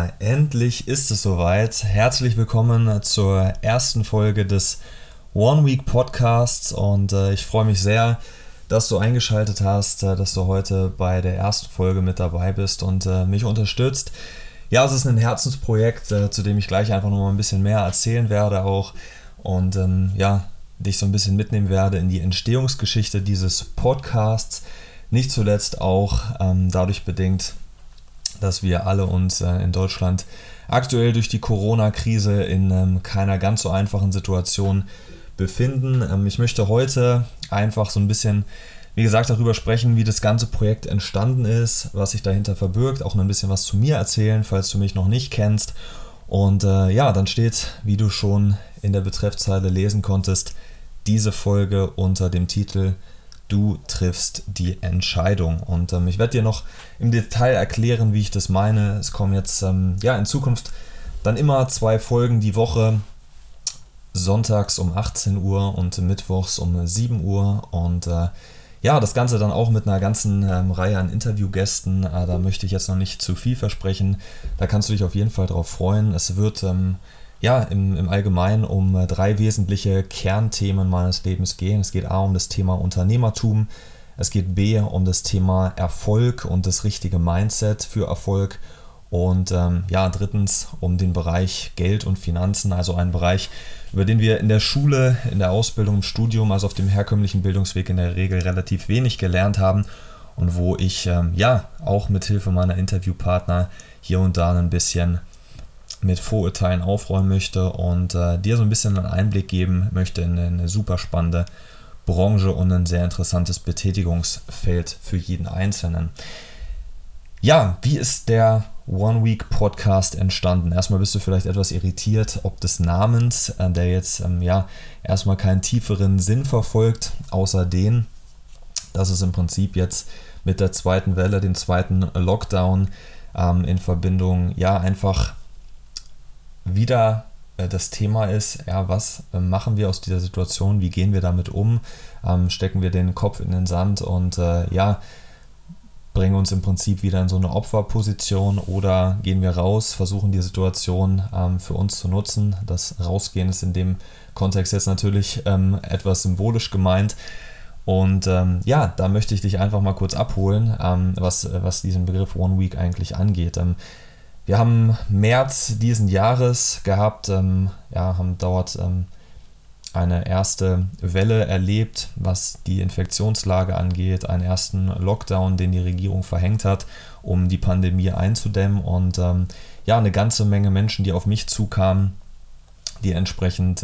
Ja, endlich ist es soweit. Herzlich willkommen zur ersten Folge des One Week Podcasts und ich freue mich sehr, dass du eingeschaltet hast, dass du heute bei der ersten Folge mit dabei bist und mich unterstützt. Ja, es ist ein Herzensprojekt, zu dem ich gleich einfach noch mal ein bisschen mehr erzählen werde auch und dich so ein bisschen mitnehmen werde in die Entstehungsgeschichte dieses Podcasts. Nicht zuletzt auch dadurch bedingt, dass wir alle uns in Deutschland aktuell durch die Corona-Krise in keiner ganz so einfachen Situation befinden. Ich möchte heute einfach so ein bisschen, wie gesagt, darüber sprechen, wie das ganze Projekt entstanden ist, was sich dahinter verbirgt, auch ein bisschen was zu mir erzählen, falls du mich noch nicht kennst. Und dann steht, wie du schon in der Betreffzeile lesen konntest, diese Folge unter dem Titel Du triffst die Entscheidung. Und ich werde dir noch im Detail erklären, wie ich das meine. Es kommen jetzt in Zukunft dann immer 2 Folgen die Woche, sonntags um 18 Uhr und mittwochs um 7 Uhr. Und das Ganze dann auch mit einer ganzen Reihe an Interviewgästen. Da möchte ich jetzt noch nicht zu viel versprechen. Da kannst du dich auf jeden Fall drauf freuen. Es wird im Allgemeinen um 3 wesentliche Kernthemen meines Lebens gehen. Es geht A um das Thema Unternehmertum, es geht B um das Thema Erfolg und das richtige Mindset für Erfolg und drittens um den Bereich Geld und Finanzen, also einen Bereich, über den wir in der Schule, in der Ausbildung, im Studium, also auf dem herkömmlichen Bildungsweg in der Regel relativ wenig gelernt haben und wo ich auch mit Hilfe meiner Interviewpartner hier und da ein bisschen mit Vorurteilen aufräumen möchte und dir so ein bisschen einen Einblick geben möchte in eine super spannende Branche und ein sehr interessantes Betätigungsfeld für jeden Einzelnen. Ja, wie ist der One Week Podcast entstanden? Erstmal bist du vielleicht etwas irritiert, ob des Namens, der jetzt erstmal keinen tieferen Sinn verfolgt, außer den, dass es im Prinzip jetzt mit der zweiten Welle, dem zweiten Lockdown in Verbindung einfach wieder das Thema ist, was machen wir aus dieser Situation, wie gehen wir damit um, stecken wir den Kopf in den Sand und bringen uns im Prinzip wieder in so eine Opferposition oder gehen wir raus, versuchen die Situation für uns zu nutzen. Das Rausgehen ist in dem Kontext jetzt natürlich etwas symbolisch gemeint und da möchte ich dich einfach mal kurz abholen, was diesen Begriff One Week eigentlich angeht. Wir haben März diesen Jahres gehabt, haben dort eine erste Welle erlebt, was die Infektionslage angeht, einen ersten Lockdown, den die Regierung verhängt hat, um die Pandemie einzudämmen und eine ganze Menge Menschen, die auf mich zukamen, die entsprechend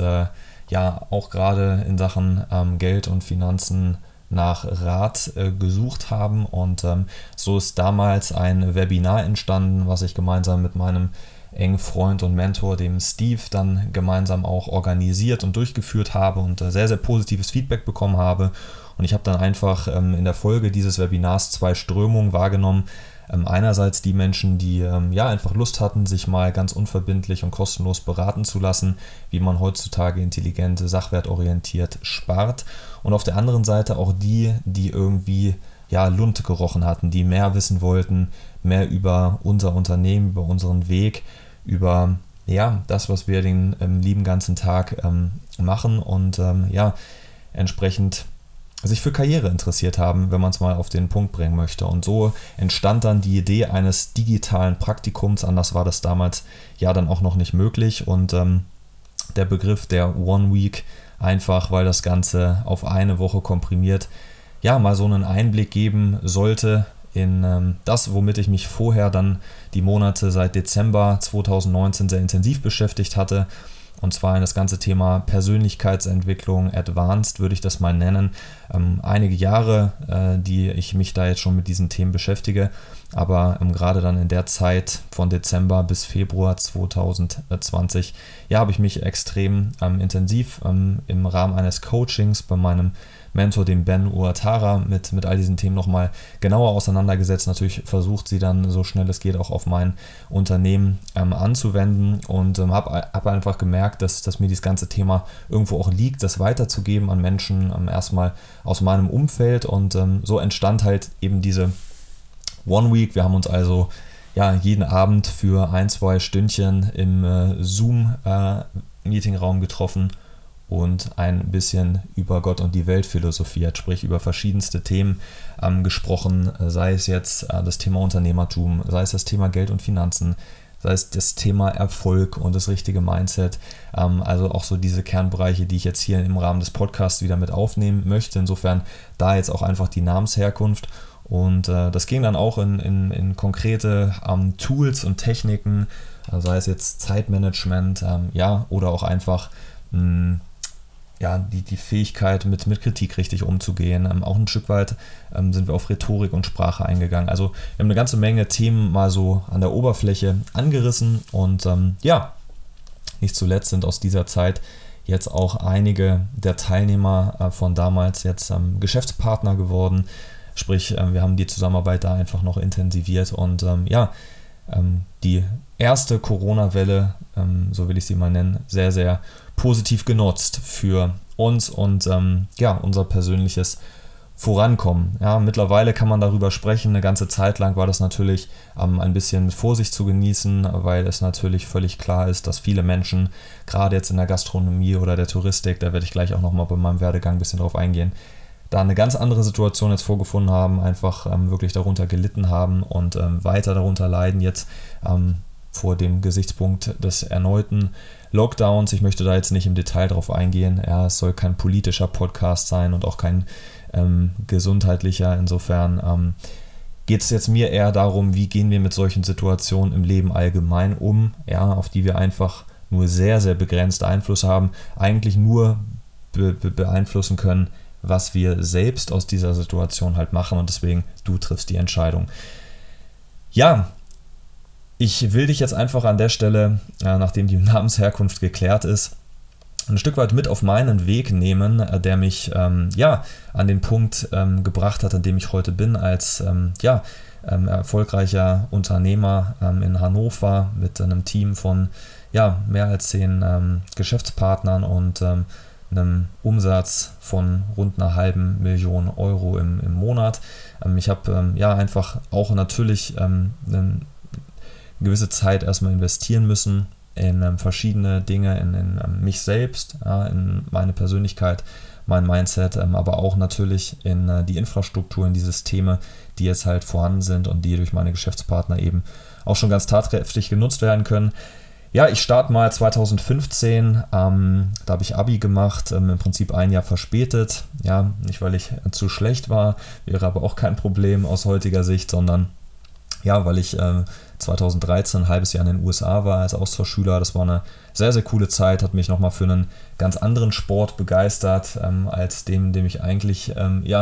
auch gerade in Sachen Geld und Finanzen nach Rat gesucht haben und so ist damals ein Webinar entstanden, was ich gemeinsam mit meinem engen Freund und Mentor, dem Steve, dann gemeinsam auch organisiert und durchgeführt habe und sehr, sehr positives Feedback bekommen habe und ich habe dann einfach in der Folge dieses Webinars 2 Strömungen wahrgenommen. Einerseits die Menschen, die einfach Lust hatten, sich mal ganz unverbindlich und kostenlos beraten zu lassen, wie man heutzutage intelligent, sachwertorientiert spart. Und auf der anderen Seite auch die, die irgendwie Lunte gerochen hatten, die mehr wissen wollten, mehr über unser Unternehmen, über unseren Weg, über das, was wir den lieben ganzen Tag machen und entsprechend sich für Karriere interessiert haben, wenn man es mal auf den Punkt bringen möchte. Und so entstand dann die Idee eines digitalen Praktikums, anders war das damals dann auch noch nicht möglich und der Begriff der One Week, einfach weil das Ganze auf eine Woche komprimiert, mal so einen Einblick geben sollte in das, womit ich mich vorher dann die Monate seit Dezember 2019 sehr intensiv beschäftigt hatte. Und zwar in das ganze Thema Persönlichkeitsentwicklung, Advanced würde ich das mal nennen. Einige Jahre, die ich mich da jetzt schon mit diesen Themen beschäftige, aber gerade dann in der Zeit von Dezember bis Februar 2020, habe ich mich extrem intensiv im Rahmen eines Coachings bei meinem Mentor, dem Ben Uatara, mit all diesen Themen nochmal genauer auseinandergesetzt. Natürlich versucht sie dann so schnell es geht auch auf mein Unternehmen anzuwenden und habe einfach gemerkt, dass mir dieses ganze Thema irgendwo auch liegt, das weiterzugeben an Menschen, erstmal aus meinem Umfeld und so entstand halt eben diese One Week. Wir haben uns also jeden Abend für 1-2 Stündchen im Zoom-Meetingraum getroffen und ein bisschen über Gott und die Welt philosophiert, sprich über verschiedenste Themen gesprochen, sei es jetzt das Thema Unternehmertum, sei es das Thema Geld und Finanzen, sei es das Thema Erfolg und das richtige Mindset, also auch so diese Kernbereiche, die ich jetzt hier im Rahmen des Podcasts wieder mit aufnehmen möchte. Insofern da jetzt auch einfach die Namensherkunft. Und das ging dann auch in konkrete Tools und Techniken, sei es jetzt Zeitmanagement, oder auch einfach die Fähigkeit, mit Kritik richtig umzugehen. Auch ein Stück weit sind wir auf Rhetorik und Sprache eingegangen. Also wir haben eine ganze Menge Themen mal so an der Oberfläche angerissen und nicht zuletzt sind aus dieser Zeit jetzt auch einige der Teilnehmer von damals jetzt Geschäftspartner geworden. Sprich, wir haben die Zusammenarbeit da einfach noch intensiviert und die erste Corona-Welle, so will ich sie mal nennen, sehr, sehr positiv genutzt für uns und unser persönliches Vorankommen. Ja, mittlerweile kann man darüber sprechen. Eine ganze Zeit lang war das natürlich ein bisschen mit Vorsicht zu genießen, weil es natürlich völlig klar ist, dass viele Menschen, gerade jetzt in der Gastronomie oder der Touristik, da werde ich gleich auch nochmal bei meinem Werdegang ein bisschen drauf eingehen, da eine ganz andere Situation jetzt vorgefunden haben, einfach wirklich darunter gelitten haben und weiter darunter leiden jetzt vor dem Gesichtspunkt des erneuten Lockdowns. Ich möchte da jetzt nicht im Detail drauf eingehen. Ja, es soll kein politischer Podcast sein und auch kein gesundheitlicher. Insofern geht es jetzt mir eher darum, wie gehen wir mit solchen Situationen im Leben allgemein um, auf die wir einfach nur sehr, sehr begrenzt Einfluss haben, eigentlich nur beeinflussen können, was wir selbst aus dieser Situation halt machen und deswegen, du triffst die Entscheidung. Ja, ich will dich jetzt einfach an der Stelle, nachdem die Namensherkunft geklärt ist, ein Stück weit mit auf meinen Weg nehmen, der mich an den Punkt gebracht hat, an dem ich heute bin, als erfolgreicher Unternehmer in Hannover mit einem Team von mehr als 10 Geschäftspartnern und einem Umsatz von rund 500.000 Euro im Monat. Ich habe einfach auch natürlich eine gewisse Zeit erstmal investieren müssen in verschiedene Dinge, in mich selbst, in meine Persönlichkeit, mein Mindset, aber auch natürlich in die Infrastruktur, in die Systeme, die jetzt halt vorhanden sind und die durch meine Geschäftspartner eben auch schon ganz tatkräftig genutzt werden können. Ja, ich starte mal 2015, da habe ich Abi gemacht, im Prinzip ein Jahr verspätet. Ja, nicht weil ich zu schlecht war, wäre aber auch kein Problem aus heutiger Sicht, sondern weil ich 2013 ein halbes Jahr in den USA war als Austauschschüler. Das war eine sehr, sehr coole Zeit, hat mich nochmal für einen ganz anderen Sport begeistert, als dem ich eigentlich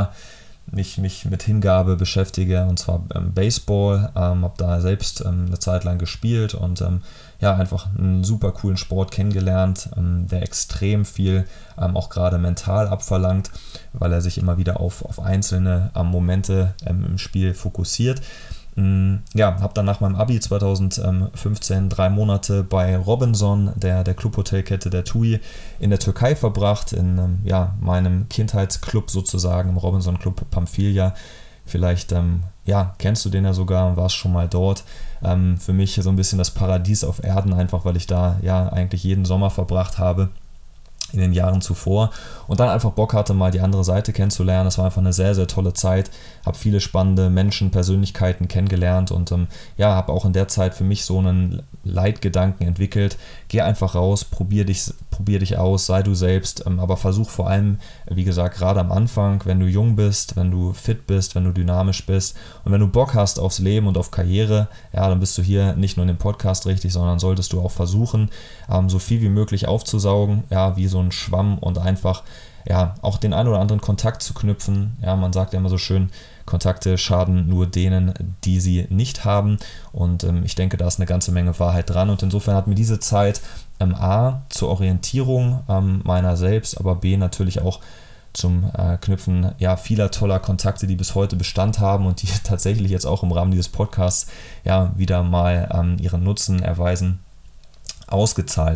mich mit Hingabe beschäftige, und zwar Baseball. Habe da selbst eine Zeit lang gespielt und einfach einen super coolen Sport kennengelernt, der extrem viel auch gerade mental abverlangt, weil er sich immer wieder auf einzelne Momente im Spiel fokussiert. Habe dann nach meinem Abi 2015 3 Monate bei Robinson, der Clubhotelkette der TUI, in der Türkei verbracht, in meinem Kindheitsclub sozusagen, im Robinson Club Pamphylia. Vielleicht kennst du den ja sogar und warst schon mal dort. Für mich so ein bisschen das Paradies auf Erden, einfach weil ich da eigentlich jeden Sommer verbracht habe in den Jahren zuvor und dann einfach Bock hatte, mal die andere Seite kennenzulernen. Das war einfach eine sehr, sehr tolle Zeit. Habe viele spannende Menschen, Persönlichkeiten kennengelernt und habe auch in der Zeit für mich so einen Leitgedanken entwickelt. Geh einfach raus, probier dich aus, sei du selbst, aber versuch vor allem, wie gesagt, gerade am Anfang, wenn du jung bist, wenn du fit bist, wenn du dynamisch bist und wenn du Bock hast aufs Leben und auf Karriere, dann bist du hier nicht nur in dem Podcast richtig, sondern solltest du auch versuchen, so viel wie möglich aufzusaugen, wie so ein Schwamm und einfach auch den einen oder anderen Kontakt zu knüpfen. Man sagt ja immer so schön, Kontakte schaden nur denen, die sie nicht haben, und ich denke, da ist eine ganze Menge Wahrheit dran, und insofern hat mir diese Zeit A zur Orientierung meiner selbst, aber B natürlich auch zum Knüpfen vieler toller Kontakte, die bis heute Bestand haben und die tatsächlich jetzt auch im Rahmen dieses Podcasts wieder mal ihren Nutzen erweisen, ausgezahlt.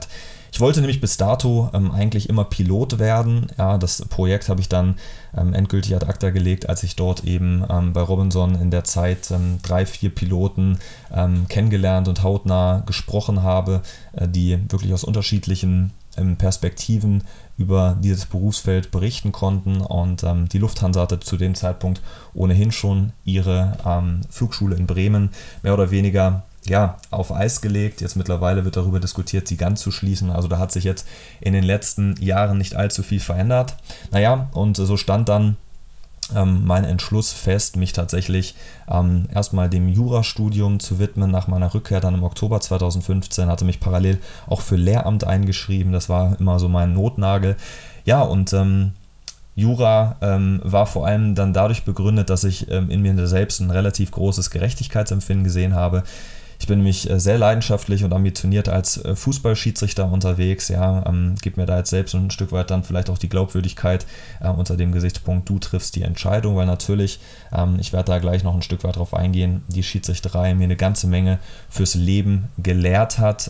Ich wollte nämlich bis dato eigentlich immer Pilot werden. Ja, das Projekt habe ich dann endgültig ad acta gelegt, als ich dort eben bei Robinson in der Zeit 3-4 Piloten kennengelernt und hautnah gesprochen habe, die wirklich aus unterschiedlichen Perspektiven über dieses Berufsfeld berichten konnten. Und die Lufthansa hatte zu dem Zeitpunkt ohnehin schon ihre Flugschule in Bremen mehr oder weniger auf Eis gelegt. Jetzt mittlerweile wird darüber diskutiert, sie ganz zu schließen. Also da hat sich jetzt in den letzten Jahren nicht allzu viel verändert. Naja, und so stand dann mein Entschluss fest, mich tatsächlich erstmal dem Jurastudium zu widmen. Nach meiner Rückkehr dann im Oktober 2015 hatte mich parallel auch für Lehramt eingeschrieben. Das war immer so mein Notnagel. Ja, und Jura war vor allem dann dadurch begründet, dass ich in mir selbst ein relativ großes Gerechtigkeitsempfinden gesehen habe. Ich bin nämlich sehr leidenschaftlich und ambitioniert als Fußballschiedsrichter unterwegs, gebe mir da jetzt selbst ein Stück weit dann vielleicht auch die Glaubwürdigkeit unter dem Gesichtspunkt, du triffst die Entscheidung, weil natürlich, ich werde da gleich noch ein Stück weit drauf eingehen, die Schiedsrichterei mir eine ganze Menge fürs Leben gelehrt hat,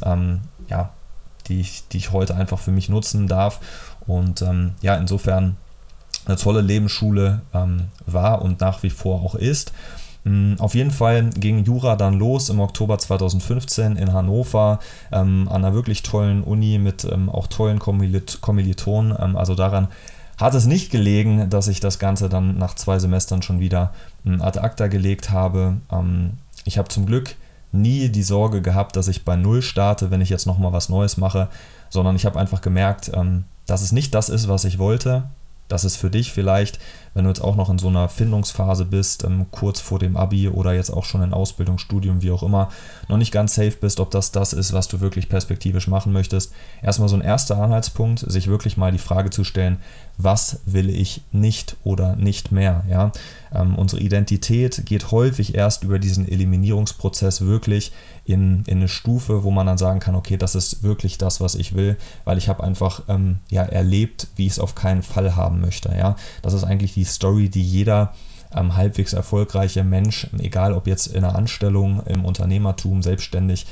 die ich heute einfach für mich nutzen darf und insofern eine tolle Lebensschule war und nach wie vor auch ist. Auf jeden Fall ging Jura dann los im Oktober 2015 in Hannover an einer wirklich tollen Uni mit auch tollen Kommilitonen. Also daran hat es nicht gelegen, dass ich das Ganze dann nach 2 Semestern schon wieder ad acta gelegt habe. Ich habe zum Glück nie die Sorge gehabt, dass ich bei Null starte, wenn ich jetzt nochmal was Neues mache, sondern ich habe einfach gemerkt, dass es nicht das ist, was ich wollte. Dass es für dich vielleicht, wenn du jetzt auch noch in so einer Findungsphase bist, kurz vor dem Abi oder jetzt auch schon in Ausbildung, Studium, wie auch immer, noch nicht ganz safe bist, ob das ist, was du wirklich perspektivisch machen möchtest. Erstmal so ein erster Anhaltspunkt, sich wirklich mal die Frage zu stellen, was will ich nicht oder nicht mehr? Ja? Unsere Identität geht häufig erst über diesen Eliminierungsprozess wirklich in eine Stufe, wo man dann sagen kann, okay, das ist wirklich das, was ich will, weil ich habe einfach erlebt, wie ich es auf keinen Fall haben möchte. Ja? Das ist eigentlich die Story, die jeder halbwegs erfolgreiche Mensch, egal ob jetzt in einer Anstellung, im Unternehmertum, selbstständig,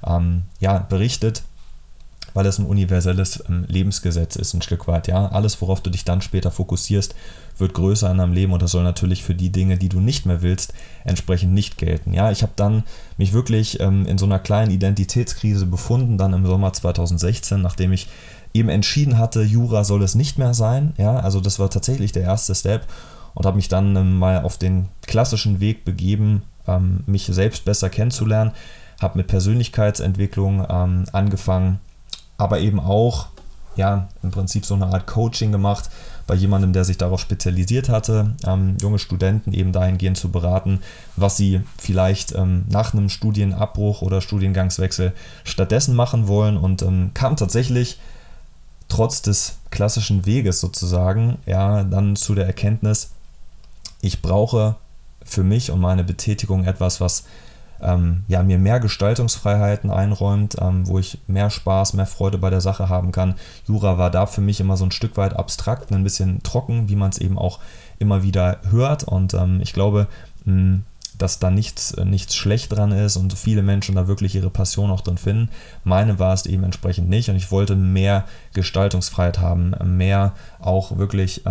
berichtet, weil es ein universelles Lebensgesetz ist, ein Stück weit. Ja? Alles, worauf du dich dann später fokussierst, wird größer in deinem Leben und das soll natürlich für die Dinge, die du nicht mehr willst, entsprechend nicht gelten. Ja? Ich habe dann mich wirklich in so einer kleinen Identitätskrise befunden, dann im Sommer 2016, nachdem ich eben entschieden hatte, Jura soll es nicht mehr sein. Ja? Also das war tatsächlich der erste Step und habe mich dann mal auf den klassischen Weg begeben, mich selbst besser kennenzulernen, habe mit Persönlichkeitsentwicklung angefangen, aber eben auch im Prinzip so eine Art Coaching gemacht bei jemandem, der sich darauf spezialisiert hatte, junge Studenten eben dahingehend zu beraten, was sie vielleicht nach einem Studienabbruch oder Studiengangswechsel stattdessen machen wollen und kam tatsächlich trotz des klassischen Weges sozusagen dann zu der Erkenntnis, ich brauche für mich und meine Betätigung etwas, was mir mehr Gestaltungsfreiheiten einräumt, wo ich mehr Spaß, mehr Freude bei der Sache haben kann. Jura war da für mich immer so ein Stück weit abstrakt, ein bisschen trocken, wie man es eben auch immer wieder hört und ich glaube, dass da nichts schlecht dran ist und viele Menschen da wirklich ihre Passion auch drin finden. Meine war es eben entsprechend nicht und ich wollte mehr Gestaltungsfreiheit haben, mehr auch wirklich,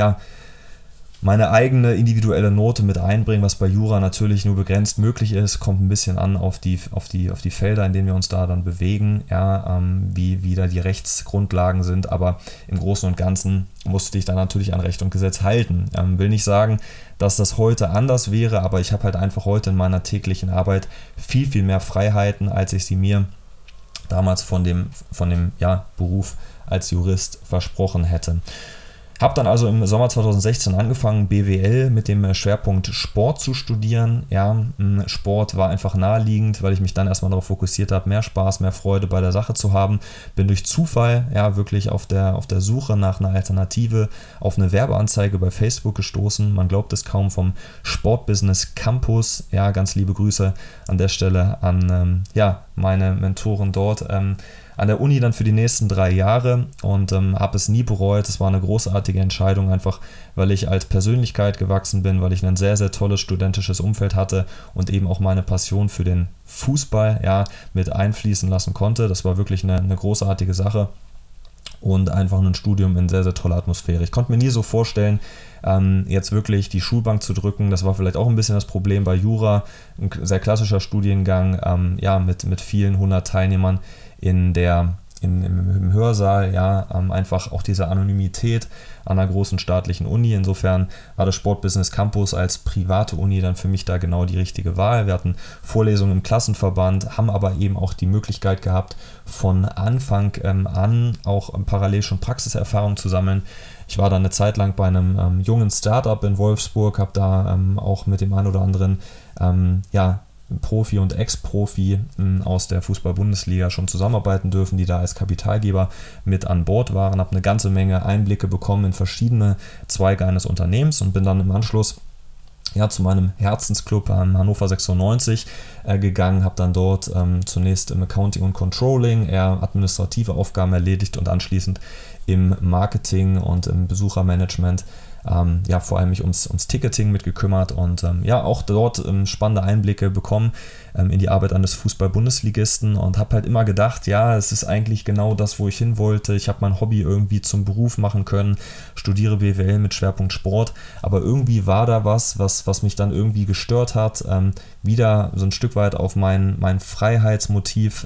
meine eigene individuelle Note mit einbringen, was bei Jura natürlich nur begrenzt möglich ist, kommt ein bisschen an auf die Felder, in denen wir uns da dann bewegen, wie da die Rechtsgrundlagen sind, aber im Großen und Ganzen musst du dich dann natürlich an Recht und Gesetz halten. Will nicht sagen, dass das heute anders wäre, aber ich habe halt einfach heute in meiner täglichen Arbeit viel, viel mehr Freiheiten, als ich sie mir damals von dem Beruf als Jurist versprochen hätte. Habe dann also im Sommer 2016 angefangen, BWL mit dem Schwerpunkt Sport zu studieren. Sport war einfach naheliegend, weil ich mich dann erstmal darauf fokussiert habe, mehr Spaß, mehr Freude bei der Sache zu haben. Bin durch Zufall wirklich auf der Suche nach einer Alternative auf eine Werbeanzeige bei Facebook gestoßen. Man glaubt es kaum, vom Sportbusiness Campus. Ganz liebe Grüße an der Stelle an meine Mentoren dort. an der Uni dann für die nächsten 3 Jahre und habe es nie bereut. Es war eine großartige Entscheidung, einfach weil ich als Persönlichkeit gewachsen bin, weil ich ein sehr, sehr tolles studentisches Umfeld hatte und eben auch meine Passion für den Fußball mit einfließen lassen konnte. Das war wirklich eine großartige Sache. Und einfach ein Studium in sehr, sehr toller Atmosphäre. Ich konnte mir nie so vorstellen, jetzt wirklich die Schulbank zu drücken. Das war vielleicht auch ein bisschen das Problem bei Jura, ein sehr klassischer Studiengang, mit vielen 100 Teilnehmern im Hörsaal, einfach auch diese Anonymität an einer großen staatlichen Uni. Insofern war das Sportbusiness Campus als private Uni dann für mich da genau die richtige Wahl. Wir hatten Vorlesungen im Klassenverband, haben aber eben auch die Möglichkeit gehabt, von Anfang an auch parallel schon Praxiserfahrung zu sammeln. Ich war da eine Zeit lang bei einem jungen Startup in Wolfsburg, habe da auch mit dem einen oder anderen Profi und Ex-Profi aus der Fußball-Bundesliga schon zusammenarbeiten dürfen, die da als Kapitalgeber mit an Bord waren, habe eine ganze Menge Einblicke bekommen in verschiedene Zweige eines Unternehmens und bin dann im Anschluss zu meinem Herzensclub Hannover 96 gegangen, habe dann dort zunächst im Accounting und Controlling eher administrative Aufgaben erledigt und anschließend im Marketing und im Besuchermanagement vor allem mich ums Ticketing mitgekümmert und auch dort spannende Einblicke bekommen in die Arbeit eines Fußball-Bundesligisten und habe halt immer gedacht, es ist eigentlich genau das, wo ich hin wollte. Ich habe mein Hobby irgendwie zum Beruf machen können, studiere BWL mit Schwerpunkt Sport, aber irgendwie war da was mich dann irgendwie gestört hat, wieder so ein Stück weit auf mein Freiheitsmotiv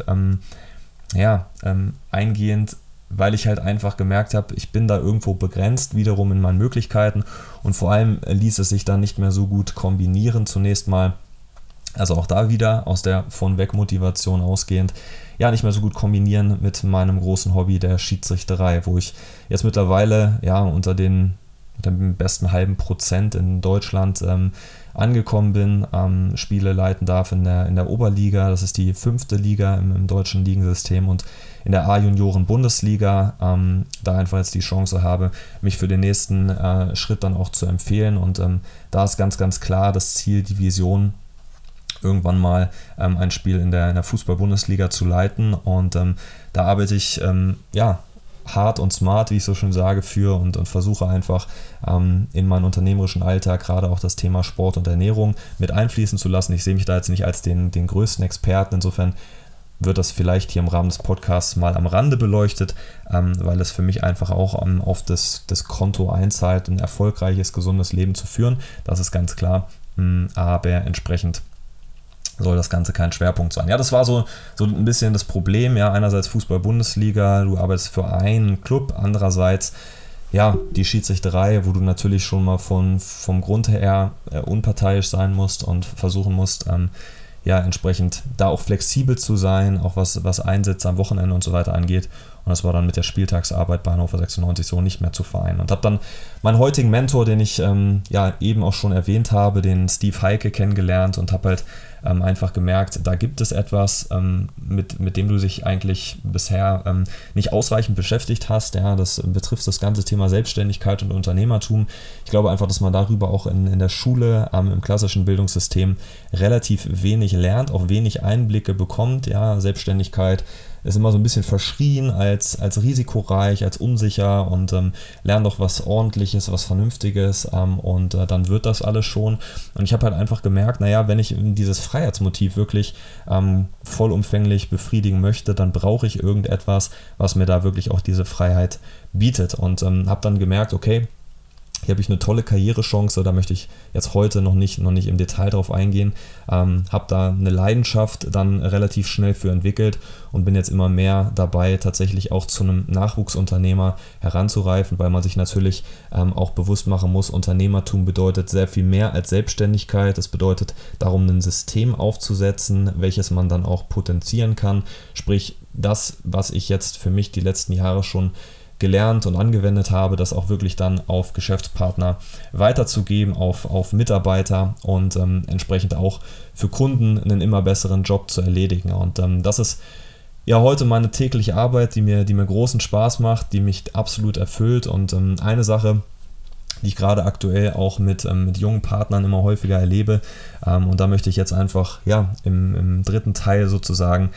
eingehend, weil ich halt einfach gemerkt habe, ich bin da irgendwo begrenzt, wiederum in meinen Möglichkeiten und vor allem ließ es sich dann nicht mehr so gut kombinieren zunächst mal, also auch da wieder aus der Von-Weg-Motivation ausgehend, nicht mehr so gut kombinieren mit meinem großen Hobby der Schiedsrichterei, wo ich jetzt mittlerweile unter dem besten halben Prozent in Deutschland angekommen bin, Spiele leiten darf in der Oberliga, das ist die 5. Liga im deutschen Ligensystem und in der A-Junioren-Bundesliga da einfach jetzt die Chance habe, mich für den nächsten Schritt dann auch zu empfehlen und da ist ganz, ganz klar das Ziel, die Vision, irgendwann mal ein Spiel in der Fußball-Bundesliga zu leiten und da arbeite ich hart und smart, wie ich so schön sage, für und versuche einfach in meinen unternehmerischen Alltag gerade auch das Thema Sport und Ernährung mit einfließen zu lassen. Ich sehe mich da jetzt nicht als den größten Experten, insofern wird das vielleicht hier im Rahmen des Podcasts mal am Rande beleuchtet, weil es für mich einfach auch auf das Konto einzahlt, ein erfolgreiches, gesundes Leben zu führen, das ist ganz klar, aber entsprechend soll das Ganze kein Schwerpunkt sein. Das war so ein bisschen das Problem, einerseits Fußball-Bundesliga, du arbeitest für einen Club, andererseits die Schiedsrichterei, wo du natürlich schon mal vom Grund her unparteiisch sein musst und versuchen musst, entsprechend da auch flexibel zu sein, auch was Einsätze am Wochenende und so weiter angeht. Und das war dann mit der Spieltagsarbeit bei Hannover 96 so nicht mehr zu vereinen. Und habe dann meinen heutigen Mentor, den ich eben auch schon erwähnt habe, den Steve Heike, kennengelernt und habe halt einfach gemerkt, da gibt es etwas, mit dem du dich eigentlich bisher nicht ausreichend beschäftigt hast. Das betrifft das ganze Thema Selbstständigkeit und Unternehmertum. Ich glaube einfach, dass man darüber auch in der Schule, im klassischen Bildungssystem relativ wenig lernt, auch wenig Einblicke bekommt. Selbstständigkeit ist immer so ein bisschen verschrien als risikoreich, als unsicher und lern doch was Ordentliches, was Vernünftiges und dann wird das alles schon. Und ich habe halt einfach gemerkt, wenn ich dieses Freiheitsmotiv wirklich vollumfänglich befriedigen möchte, dann brauche ich irgendetwas, was mir da wirklich auch diese Freiheit bietet und habe dann gemerkt, okay, hier habe ich eine tolle Karrierechance, da möchte ich jetzt heute noch nicht im Detail drauf eingehen, habe da eine Leidenschaft dann relativ schnell für entwickelt und bin jetzt immer mehr dabei, tatsächlich auch zu einem Nachwuchsunternehmer heranzureifen, weil man sich natürlich auch bewusst machen muss, Unternehmertum bedeutet sehr viel mehr als Selbstständigkeit. Es bedeutet darum, ein System aufzusetzen, welches man dann auch potenzieren kann, sprich das, was ich jetzt für mich die letzten Jahre schon gelernt und angewendet habe, das auch wirklich dann auf Geschäftspartner weiterzugeben, auf Mitarbeiter und entsprechend auch für Kunden einen immer besseren Job zu erledigen. Und das ist heute meine tägliche Arbeit, die mir großen Spaß macht, die mich absolut erfüllt und eine Sache, die ich gerade aktuell auch mit jungen Partnern immer häufiger erlebe und da möchte ich jetzt einfach im dritten Teil sozusagen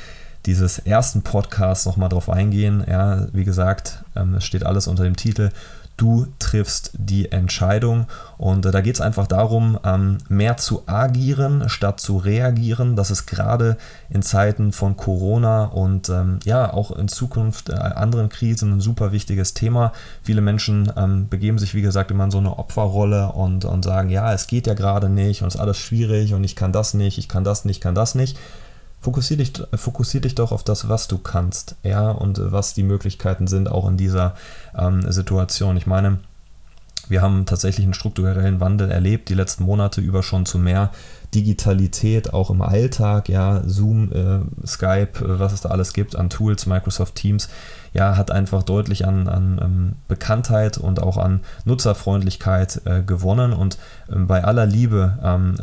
dieses ersten Podcasts nochmal drauf eingehen. Ja, wie gesagt, es steht alles unter dem Titel Du triffst die Entscheidung, und da geht es einfach darum, mehr zu agieren statt zu reagieren. Das ist gerade in Zeiten von Corona und auch in Zukunft anderen Krisen ein super wichtiges Thema. Viele Menschen begeben sich, wie gesagt, immer in so eine Opferrolle und sagen, ja, es geht ja gerade nicht und es ist alles schwierig und ich kann das nicht, ich kann das nicht, ich kann das nicht. Fokussier dich doch auf das, was du kannst, ja, und was die Möglichkeiten sind, auch in dieser Situation. Ich meine, wir haben tatsächlich einen strukturellen Wandel erlebt, die letzten Monate über schon zu mehr Digitalität, auch im Alltag, ja, Zoom, Skype, was es da alles gibt an Tools, Microsoft Teams, ja, hat einfach deutlich an Bekanntheit und auch an Nutzerfreundlichkeit gewonnen, und bei aller Liebe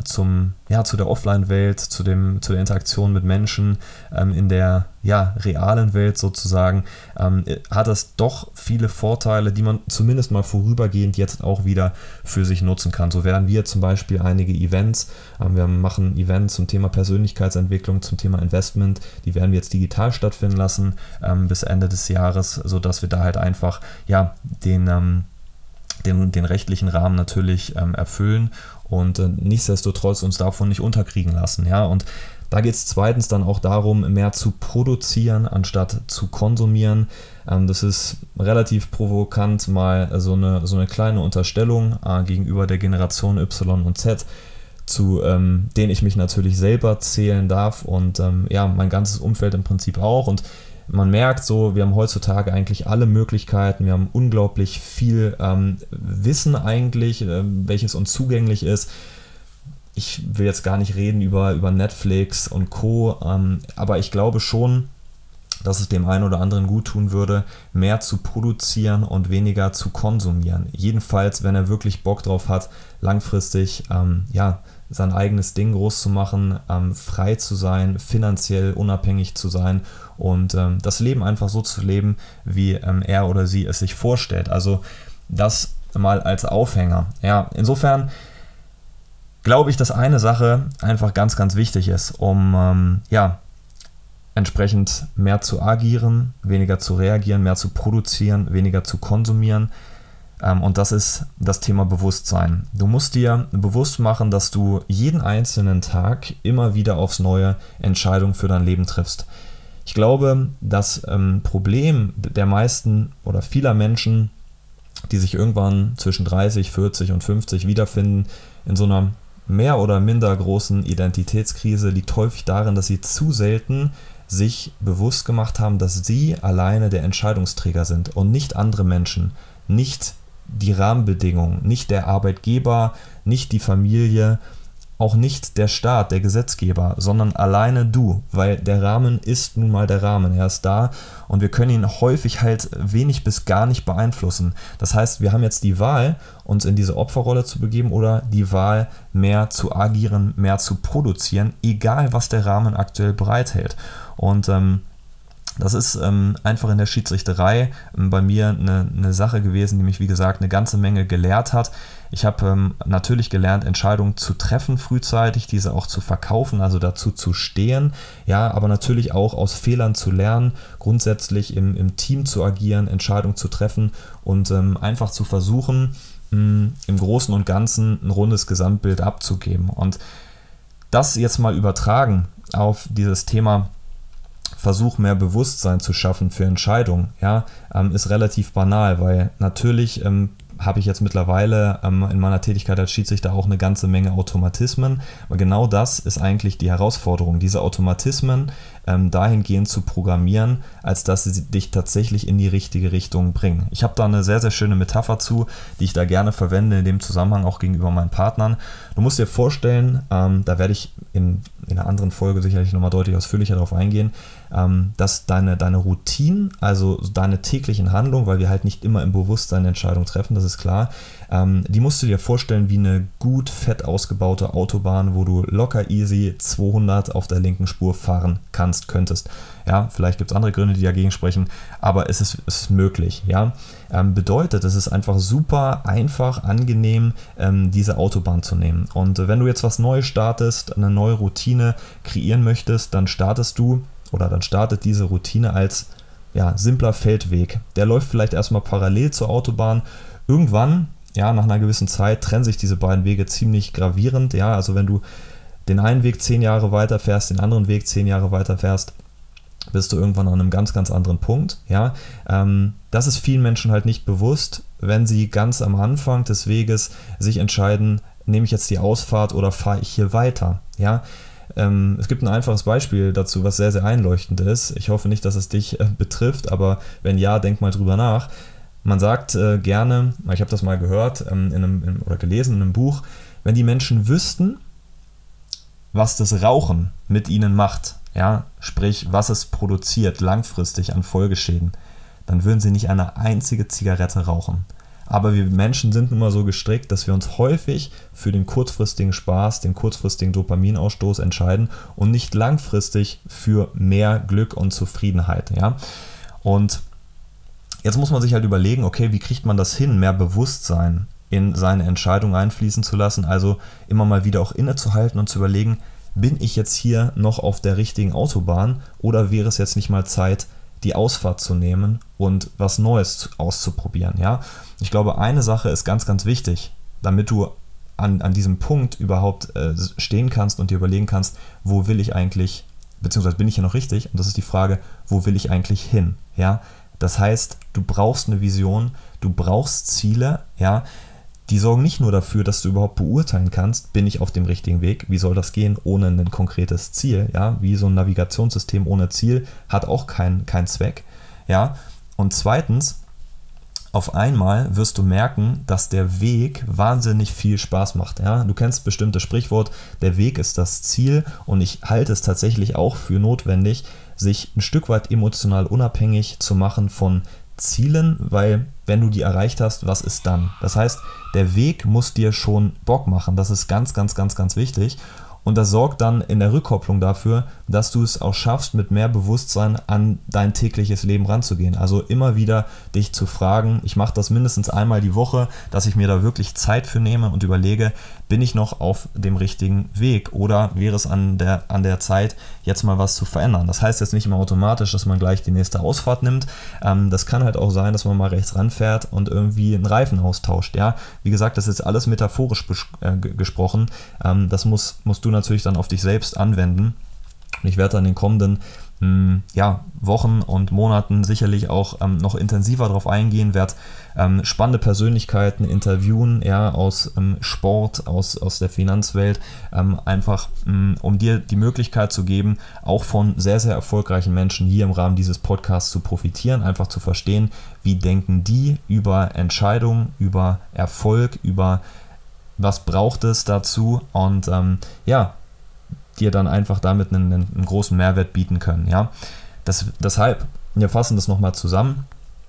zu der Offline-Welt, zu der Interaktion mit Menschen in der realen Welt sozusagen, hat es doch viele Vorteile, die man zumindest mal vorübergehend jetzt auch wieder für sich nutzen kann. So werden wir zum Beispiel einige Events, wir machen Events zum Thema Persönlichkeitsentwicklung, zum Thema Investment, die werden wir jetzt digital stattfinden lassen bis Ende des Jahres, sodass wir da halt einfach den rechtlichen Rahmen natürlich erfüllen und nichtsdestotrotz uns davon nicht unterkriegen lassen. Ja? Und da geht es zweitens dann auch darum, mehr zu produzieren, anstatt zu konsumieren. Das ist relativ provokant mal so eine kleine Unterstellung gegenüber der Generation Y und Z, zu denen ich mich natürlich selber zählen darf und mein ganzes Umfeld im Prinzip auch. Und man merkt so, wir haben heutzutage eigentlich alle Möglichkeiten, wir haben unglaublich viel Wissen eigentlich, welches uns zugänglich ist. Ich will jetzt gar nicht reden über Netflix und Co., aber ich glaube schon, dass es dem einen oder anderen gut tun würde, mehr zu produzieren und weniger zu konsumieren. Jedenfalls, wenn er wirklich Bock drauf hat, langfristig sein eigenes Ding groß zu machen, frei zu sein, finanziell unabhängig zu sein und das Leben einfach so zu leben, wie er oder sie es sich vorstellt. Also das mal als Aufhänger. Ja, insofern glaube ich, dass eine Sache einfach ganz, ganz wichtig ist, um entsprechend mehr zu agieren, weniger zu reagieren, mehr zu produzieren, weniger zu konsumieren. Und das ist das Thema Bewusstsein. Du musst dir bewusst machen, dass du jeden einzelnen Tag immer wieder aufs Neue Entscheidungen für dein Leben triffst. Ich glaube, das Problem der meisten oder vieler Menschen, die sich irgendwann zwischen 30, 40 und 50 wiederfinden, in so einer mehr oder minder großen Identitätskrise, liegt häufig darin, dass sie zu selten sich bewusst gemacht haben, dass sie alleine der Entscheidungsträger sind und nicht andere Menschen, nicht die Rahmenbedingungen, nicht der Arbeitgeber, nicht die Familie, auch nicht der Staat, der Gesetzgeber, sondern alleine du, weil der Rahmen ist nun mal der Rahmen, er ist da und wir können ihn häufig halt wenig bis gar nicht beeinflussen. Das heißt, wir haben jetzt die Wahl, uns in diese Opferrolle zu begeben oder die Wahl, mehr zu agieren, mehr zu produzieren, egal was der Rahmen aktuell bereithält. Und das ist einfach in der Schiedsrichterei bei mir eine Sache gewesen, die mich, wie gesagt, eine ganze Menge gelehrt hat. Ich habe natürlich gelernt, Entscheidungen zu treffen frühzeitig, diese auch zu verkaufen, also dazu zu stehen, ja, aber natürlich auch aus Fehlern zu lernen, grundsätzlich im Team zu agieren, Entscheidungen zu treffen und einfach zu versuchen, im Großen und Ganzen ein rundes Gesamtbild abzugeben. Und das jetzt mal übertragen auf dieses Thema Versuch, mehr Bewusstsein zu schaffen für Entscheidungen, ist relativ banal, weil natürlich habe ich jetzt mittlerweile in meiner Tätigkeit als Schiedsrichter auch eine ganze Menge Automatismen, aber genau das ist eigentlich die Herausforderung, diese Automatismen dahingehend zu programmieren, als dass sie dich tatsächlich in die richtige Richtung bringen. Ich habe da eine sehr, sehr schöne Metapher zu, die ich da gerne verwende, in dem Zusammenhang auch gegenüber meinen Partnern. Du musst dir vorstellen, da werde ich in einer anderen Folge sicherlich nochmal deutlich ausführlicher darauf eingehen, dass deine Routinen, also deine täglichen Handlungen, weil wir halt nicht immer im Bewusstsein eine Entscheidung treffen, das ist klar, die musst du dir vorstellen wie eine gut fett ausgebaute Autobahn, wo du locker easy 200 auf der linken Spur fahren könntest. Ja, vielleicht gibt es andere Gründe, die dagegen sprechen, aber es ist möglich. Ja? Bedeutet, es ist einfach super einfach, angenehm, diese Autobahn zu nehmen. Und wenn du jetzt was Neues startest, eine neue Routine kreieren möchtest, dann startest du oder dann startet diese Routine als simpler Feldweg. Der läuft vielleicht erstmal parallel zur Autobahn. Irgendwann, nach einer gewissen Zeit, trennen sich diese beiden Wege ziemlich gravierend. Ja, also wenn du den einen Weg 10 Jahre weiter fährst, den anderen Weg 10 Jahre weiter fährst, bist du irgendwann an einem ganz, ganz anderen Punkt. Ja, das ist vielen Menschen halt nicht bewusst, wenn sie ganz am Anfang des Weges sich entscheiden, nehme ich jetzt die Ausfahrt oder fahre ich hier weiter. Ja, es gibt ein einfaches Beispiel dazu, was sehr, sehr einleuchtend ist. Ich hoffe nicht, dass es dich betrifft, aber wenn ja, denk mal drüber nach. Man sagt gerne, ich habe das mal gehört oder gelesen in einem Buch, wenn die Menschen wüssten, was das Rauchen mit ihnen macht, sprich, was es produziert langfristig an Folgeschäden, dann würden sie nicht eine einzige Zigarette rauchen. Aber wir Menschen sind nun mal so gestrickt, dass wir uns häufig für den kurzfristigen Spaß, den kurzfristigen Dopaminausstoß entscheiden und nicht langfristig für mehr Glück und Zufriedenheit. Ja? Und jetzt muss man sich halt überlegen, okay, wie kriegt man das hin, mehr Bewusstsein in seine Entscheidung einfließen zu lassen, also immer mal wieder auch innezuhalten und zu überlegen, bin ich jetzt hier noch auf der richtigen Autobahn oder wäre es jetzt nicht mal Zeit, die Ausfahrt zu nehmen und was Neues auszuprobieren. Ja? Ich glaube, eine Sache ist ganz, ganz wichtig, damit du an diesem Punkt überhaupt stehen kannst und dir überlegen kannst, wo will ich eigentlich, beziehungsweise bin ich hier noch richtig? Und das ist die Frage, wo will ich eigentlich hin? Ja? Das heißt, du brauchst eine Vision, du brauchst Ziele, die sorgen nicht nur dafür, dass du überhaupt beurteilen kannst, bin ich auf dem richtigen Weg, wie soll das gehen ohne ein konkretes Ziel, wie so ein Navigationssystem ohne Ziel hat auch keinen Zweck, und zweitens, auf einmal wirst du merken, dass der Weg wahnsinnig viel Spaß macht, Du kennst bestimmt das Sprichwort, der Weg ist das Ziel, und ich halte es tatsächlich auch für notwendig, sich ein Stück weit emotional unabhängig zu machen von Zielen, weil wenn du die erreicht hast, was ist dann? Das heißt, der Weg muss dir schon Bock machen. Das ist ganz, ganz, ganz, ganz wichtig. Und das sorgt dann in der Rückkopplung dafür, dass du es auch schaffst, mit mehr Bewusstsein an dein tägliches Leben ranzugehen. Also immer wieder dich zu fragen, ich mache das mindestens einmal die Woche, dass ich mir da wirklich Zeit für nehme und überlege, bin ich noch auf dem richtigen Weg oder wäre es an der Zeit, jetzt mal was zu verändern. Das heißt jetzt nicht immer automatisch, dass man gleich die nächste Ausfahrt nimmt. Das kann halt auch sein, dass man mal rechts ranfährt und irgendwie einen Reifen austauscht. Ja? Wie gesagt, das ist jetzt alles metaphorisch gesprochen. Das musst du natürlich dann auf dich selbst anwenden. Und ich werde dann in den kommenden Wochen und Monaten sicherlich auch noch intensiver darauf eingehen, werde spannende Persönlichkeiten interviewen, aus Sport, aus der Finanzwelt, einfach um dir die Möglichkeit zu geben, auch von sehr, sehr erfolgreichen Menschen hier im Rahmen dieses Podcasts zu profitieren, einfach zu verstehen, wie denken die über Entscheidungen, über Erfolg, über was braucht es dazu und dir dann einfach damit einen großen Mehrwert bieten können. Ja? Deshalb, wir fassen das nochmal zusammen.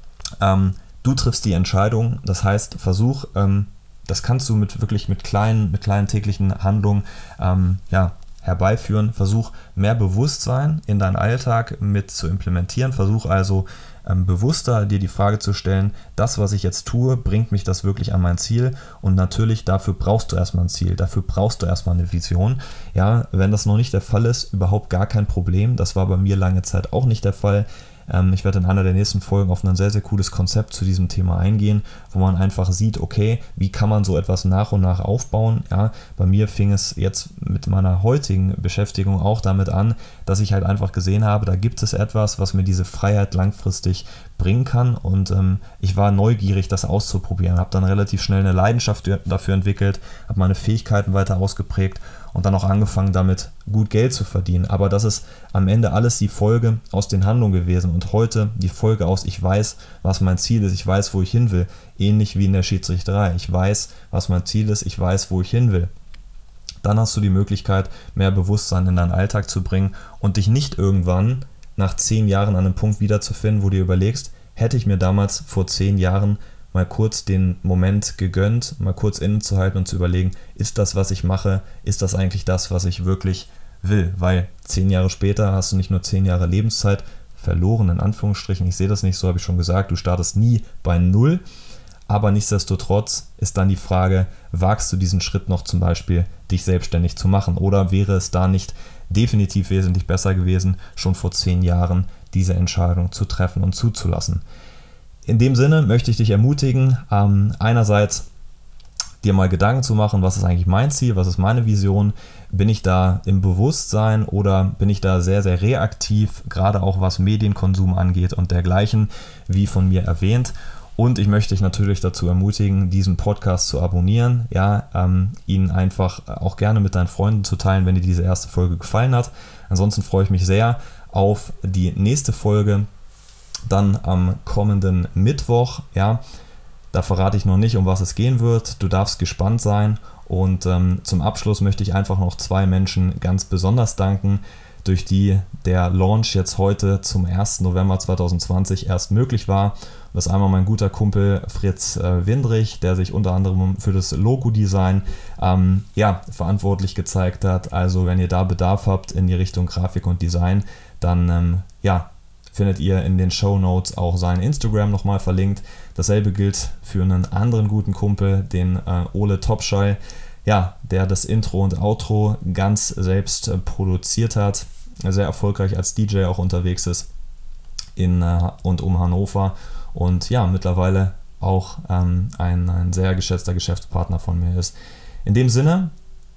Du triffst die Entscheidung, das heißt, versuch, das kannst du mit kleinen täglichen Handlungen herbeiführen. Versuch, mehr Bewusstsein in deinen Alltag mit zu implementieren. Versuch also, bewusster dir die Frage zu stellen, das, was ich jetzt tue, bringt mich das wirklich an mein Ziel? Und natürlich, dafür brauchst du erstmal ein Ziel, dafür brauchst du erstmal eine Vision. Ja, wenn das noch nicht der Fall ist, überhaupt gar kein Problem. Das war bei mir lange Zeit auch nicht der Fall. Ich werde in einer der nächsten Folgen auf ein sehr, sehr cooles Konzept zu diesem Thema eingehen, wo man einfach sieht, okay, wie kann man so etwas nach und nach aufbauen. Ja, bei mir fing es jetzt mit meiner heutigen Beschäftigung auch damit an, dass ich halt einfach gesehen habe, da gibt es etwas, was mir diese Freiheit langfristig bringen kann, und ich war neugierig, das auszuprobieren, habe dann relativ schnell eine Leidenschaft dafür entwickelt, habe meine Fähigkeiten weiter ausgeprägt und dann auch angefangen, damit gut Geld zu verdienen. Aber das ist am Ende alles die Folge aus den Handlungen gewesen und heute die Folge aus, ich weiß, was mein Ziel ist, ich weiß, wo ich hin will. Ähnlich wie in der Schiedsrichterei. Ich weiß, was mein Ziel ist, ich weiß, wo ich hin will. Dann hast du die Möglichkeit, mehr Bewusstsein in deinen Alltag zu bringen und dich nicht irgendwann nach 10 Jahren an einem Punkt wiederzufinden, wo du dir überlegst, hätte ich mir damals vor 10 Jahren mal kurz den Moment gegönnt, mal kurz innezuhalten und zu überlegen, ist das, was ich mache, ist das eigentlich das, was ich wirklich will? Weil 10 Jahre später hast du nicht nur 10 Jahre Lebenszeit verloren, in Anführungsstrichen, ich sehe das nicht so, habe ich schon gesagt, du startest nie bei 0, aber nichtsdestotrotz ist dann die Frage, wagst du diesen Schritt noch zum Beispiel, dich selbstständig zu machen? Oder wäre es da nicht definitiv wesentlich besser gewesen, schon vor 10 Jahren diese Entscheidung zu treffen und zuzulassen? In dem Sinne möchte ich dich ermutigen, einerseits dir mal Gedanken zu machen, was ist eigentlich mein Ziel, was ist meine Vision, bin ich da im Bewusstsein oder bin ich da sehr, sehr reaktiv, gerade auch was Medienkonsum angeht und dergleichen, wie von mir erwähnt. Und ich möchte dich natürlich dazu ermutigen, diesen Podcast zu abonnieren, ihn einfach auch gerne mit deinen Freunden zu teilen, wenn dir diese erste Folge gefallen hat. Ansonsten freue ich mich sehr auf die nächste Folge, dann am kommenden Mittwoch, Da verrate ich noch nicht, um was es gehen wird. Du darfst gespannt sein. Und zum Abschluss möchte ich einfach noch 2 Menschen ganz besonders danken, durch die der Launch jetzt heute zum 1. November 2020 erst möglich war. Das ist einmal mein guter Kumpel Fritz Windrich, der sich unter anderem für das Logo-Design verantwortlich gezeigt hat. Also wenn ihr da Bedarf habt in die Richtung Grafik und Design, dann findet ihr in den Shownotes auch sein Instagram nochmal verlinkt. Dasselbe gilt für einen anderen guten Kumpel, den Ole Topschei, der das Intro und Outro ganz selbst produziert hat, sehr erfolgreich als DJ auch unterwegs ist in und um Hannover und mittlerweile auch ein sehr geschätzter Geschäftspartner von mir ist. In dem Sinne,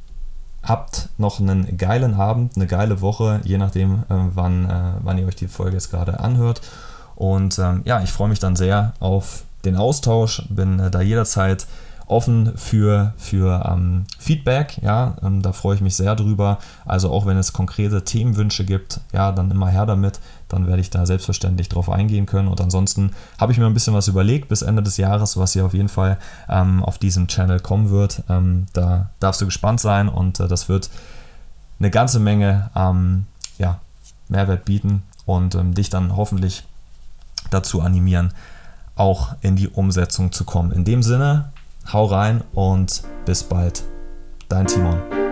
habt noch einen geilen Abend, eine geile Woche, je nachdem, wann ihr euch die Folge jetzt gerade anhört. Und ich freue mich dann sehr auf den Austausch, bin da jederzeit offen für Feedback, da freue ich mich sehr drüber. Also auch wenn es konkrete Themenwünsche gibt, dann immer her damit, dann werde ich da selbstverständlich drauf eingehen können. Und ansonsten habe ich mir ein bisschen was überlegt bis Ende des Jahres, was hier auf jeden Fall auf diesem Channel kommen wird. Da darfst du gespannt sein und das wird eine ganze Menge Mehrwert bieten und dich dann hoffentlich dazu animieren, auch in die Umsetzung zu kommen. In dem Sinne, hau rein und bis bald. Dein Timon.